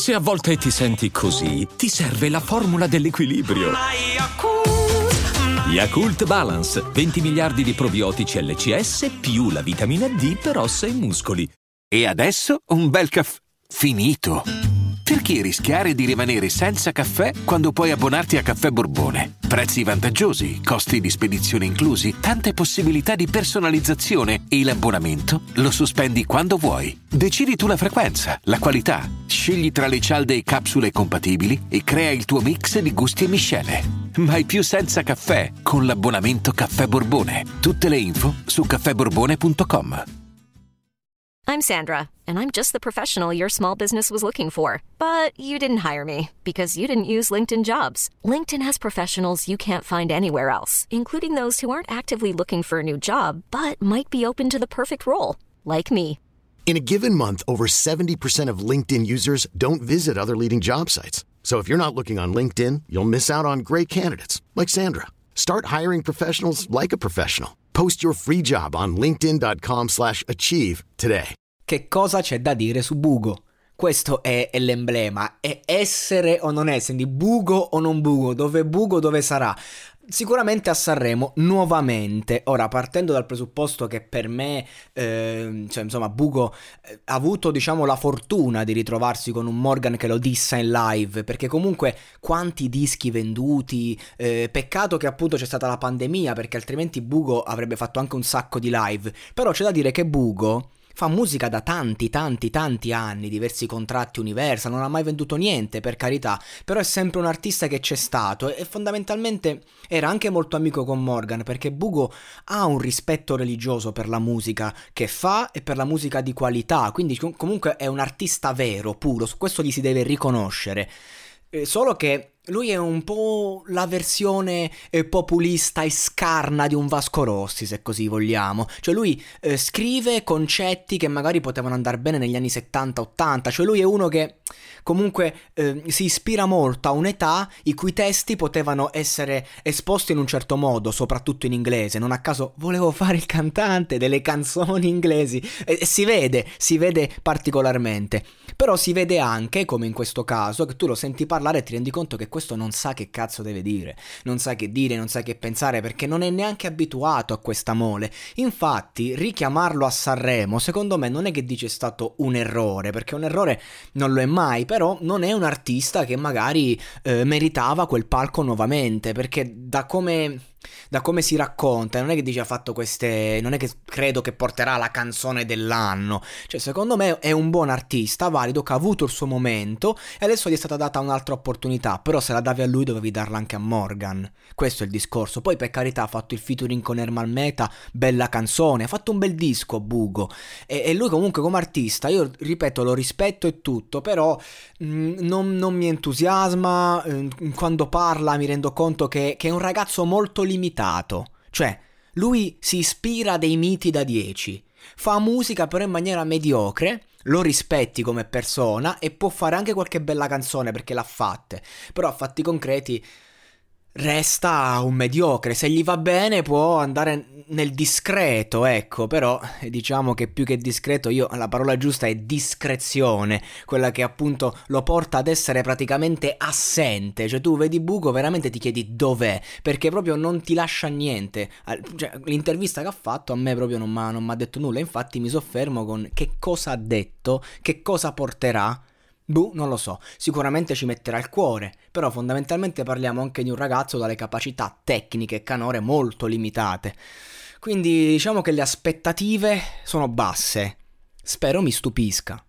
Se a volte ti senti così, ti serve la formula dell'equilibrio. Yakult Balance, 20 miliardi di probiotici LCS più la vitamina D per ossa e muscoli. E adesso un bel caffè finito. Perché rischiare di rimanere senza caffè quando puoi abbonarti a Caffè Borbone? Prezzi vantaggiosi, costi di spedizione inclusi, tante possibilità di personalizzazione e l'abbonamento lo sospendi quando vuoi. Decidi tu la frequenza, la qualità, scegli tra le cialde e capsule compatibili e crea il tuo mix di gusti e miscele. Mai più senza caffè con l'abbonamento Caffè Borbone. Tutte le info su caffèborbone.com. I'm Sandra, and I'm just the professional your small business was looking for. But you didn't hire me because you didn't use LinkedIn Jobs. LinkedIn has professionals you can't find anywhere else, including those who aren't actively looking for a new job, but might be open to the perfect role, like me. In a given month, over 70% of LinkedIn users don't visit other leading job sites. So if you're not looking on LinkedIn, you'll miss out on great candidates like Sandra. Start hiring professionals like a professional. Post your free job on linkedin.com/achieve today. Che cosa c'è da dire su Bugo? Questo è l'emblema, è essere o non essere, di Bugo o non Bugo, dove sarà? Sicuramente a Sanremo, nuovamente. Ora, partendo dal presupposto che per me, Bugo ha avuto, la fortuna di ritrovarsi con un Morgan che lo dissa in live, perché comunque quanti dischi venduti, peccato che appunto c'è stata la pandemia, perché altrimenti Bugo avrebbe fatto anche un sacco di live. Però c'è da dire che Bugo fa musica da tanti anni, diversi contratti Universal, non ha mai venduto niente, per carità, però è sempre un artista che c'è stato e fondamentalmente era anche molto amico con Morgan, perché Bugo ha un rispetto religioso per la musica che fa e per la musica di qualità, quindi comunque è un artista vero, puro, su questo gli si deve riconoscere. Solo che lui è un po' la versione populista e scarna di un Vasco Rossi, se così vogliamo. Cioè lui scrive concetti che magari potevano andare bene negli anni 70-80. Cioè lui è uno che comunque si ispira molto a un'età i cui testi potevano essere esposti in un certo modo, soprattutto in inglese. Non a caso volevo fare il cantante delle canzoni inglesi e si vede particolarmente. Però si vede anche, come in questo caso, che tu lo senti parlare e ti rendi conto che questo non sa che cazzo deve dire, non sa che dire, non sa che pensare, perché non è neanche abituato a questa mole. Infatti richiamarlo a Sanremo secondo me non è che dice è stato un errore, perché un errore non lo è mai, però non è un artista che magari meritava quel palco nuovamente, perché da come si racconta non è che dice ha fatto queste, non è che credo che porterà la canzone dell'anno. Cioè secondo me è un buon artista, valido, che ha avuto il suo momento e adesso gli è stata data un'altra opportunità, però se la davi a lui dovevi darla anche a Morgan. Questo è il discorso. Poi per carità ha fatto il featuring con Ermal Meta, bella canzone, ha fatto un bel disco Bugo e lui comunque come artista, io ripeto, lo rispetto e tutto, però non mi entusiasma. Quando parla mi rendo conto che è un ragazzo molto limitato, cioè lui si ispira a dei miti da 10, fa musica però in maniera mediocre, lo rispetti come persona e può fare anche qualche bella canzone perché l'ha fatte, però a fatti concreti resta un mediocre. Se gli va bene può andare nel discreto, ecco, però diciamo che più che discreto, la parola giusta è discrezione, quella che appunto lo porta ad essere praticamente assente. Cioè tu vedi Bugo, veramente ti chiedi dov'è, perché proprio non ti lascia niente. Cioè, l'intervista che ha fatto a me proprio non mi ha detto nulla, infatti mi soffermo con che cosa ha detto, che cosa porterà. Non lo so, sicuramente ci metterà il cuore, però fondamentalmente parliamo anche di un ragazzo dalle capacità tecniche e canore molto limitate. Quindi diciamo che le aspettative sono basse. Spero mi stupisca.